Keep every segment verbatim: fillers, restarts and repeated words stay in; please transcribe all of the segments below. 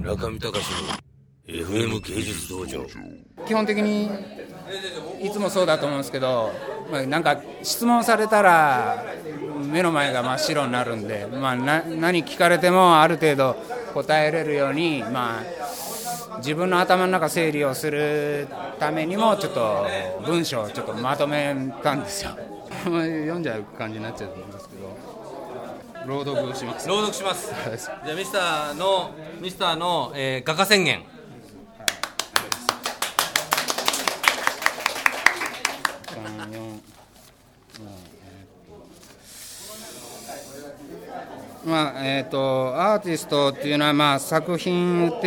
中見隆の エフエム 芸術道場。 基本的にいつもそうだと思うんですけど、まあ、なんか質問されたら目の前が真っ白になるんで、まあ、な何聞かれてもある程度答えれるように、まあ、自分の頭の中整理をするためにもちょっと文章をちょっとまとめたんですよ読んじゃう感じになっちゃうんですけど、朗読します。 朗読しますじゃあミスターのミスターの、えー、画家宣言。 まあえー、とアーティストっていうのは、まあ、作品売って、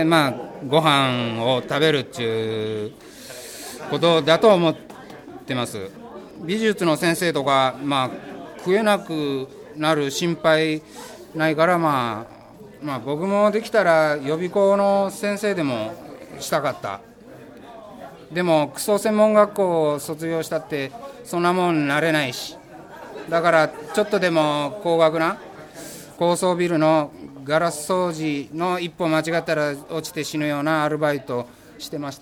まあ、ご飯を食べるっていうことだと思ってます。美術の先生とか、まあ、食えなくなる心配ないから、まあまあ、僕もできたら予備校の先生でもしたかった。でもクソ専門学校を卒業したってそんなもんになれないし、だからちょっとでも高額な高層ビルのガラス掃除の一歩間違ったら落ちて死ぬようなアルバイトしてました。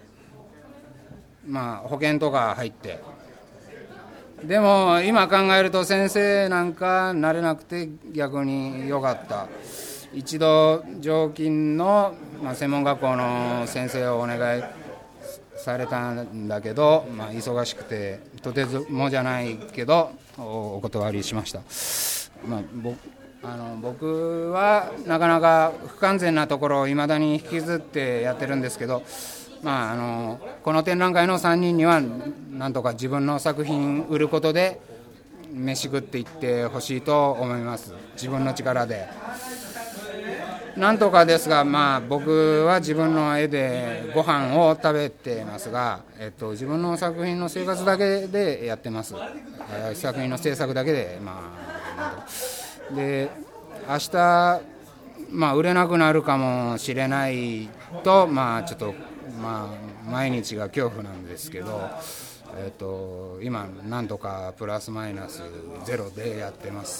まあ保険とか入って。でも今考えると先生なんかなれなくて逆に良かった。一度常勤の、まあ、専門学校の先生をお願いされたんだけど、まあ、忙しくてとてもじゃないけどお断りしました。まあ、僕あの僕はなかなか不完全なところをいまだに引きずってやってるんですけど、まあ、あのこの展覧会のさんにんにはなんとか自分の作品売ることで飯食っていってほしいと思います。自分の力でなんとかですが、まあ、僕は自分の絵でご飯を食べてますが、えっと、自分の作品の生活だけでやってます。作品の制作だけで、まあ、で明日、まあ、売れなくなるかもしれないと、まあ、ちょっと、まあ、毎日が恐怖なんですけど、えっと、今なんとかプラスマイナスゼロでやってます。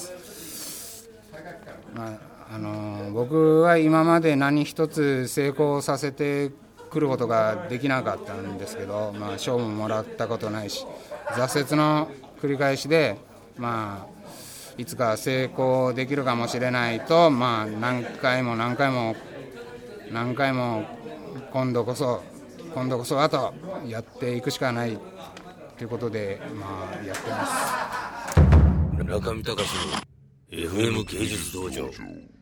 まああの僕は今まで何一つ成功させてくることができなかったんですけど、まあ、賞ももらったことないし挫折の繰り返しで、まあ、いつか成功できるかもしれないと、まあ、何回も何回も何回も今度こそ今度こそあとやっていくしかないということで、まあ、やってます。 中見隆の エフエム 芸術道場。